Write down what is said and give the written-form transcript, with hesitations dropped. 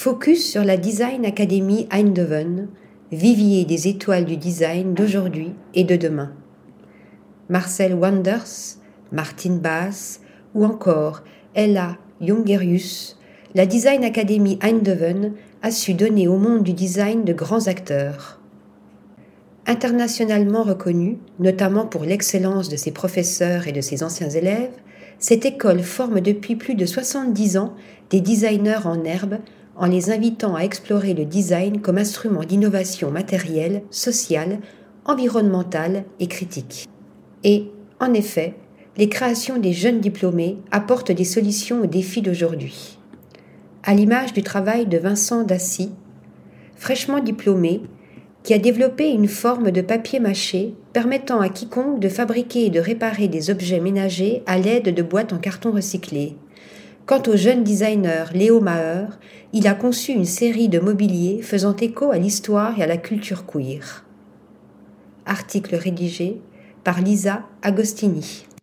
Focus sur la Design Academy Eindhoven, vivier des étoiles du design d'aujourd'hui et de demain. Marcel Wanders, Martin Baas ou encore Ella Jongerius, la Design Academy Eindhoven a su donner au monde du design de grands acteurs. Internationalement reconnue, notamment pour l'excellence de ses professeurs et de ses anciens élèves, cette école forme depuis plus de 70 ans des designers en herbe en les invitant à explorer le design comme instrument d'innovation matérielle, sociale, environnementale et critique. Et, en effet, les créations des jeunes diplômés apportent des solutions aux défis d'aujourd'hui. À l'image du travail de Vincent Dassy, fraîchement diplômé, qui a développé une forme de papier mâché permettant à quiconque de fabriquer et de réparer des objets ménagers à l'aide de boîtes en carton recyclé. Quant au jeune designer Léo Maher, il a conçu une série de mobilier faisant écho à l'histoire et à la culture queer. Article rédigé par Lisa Agostini.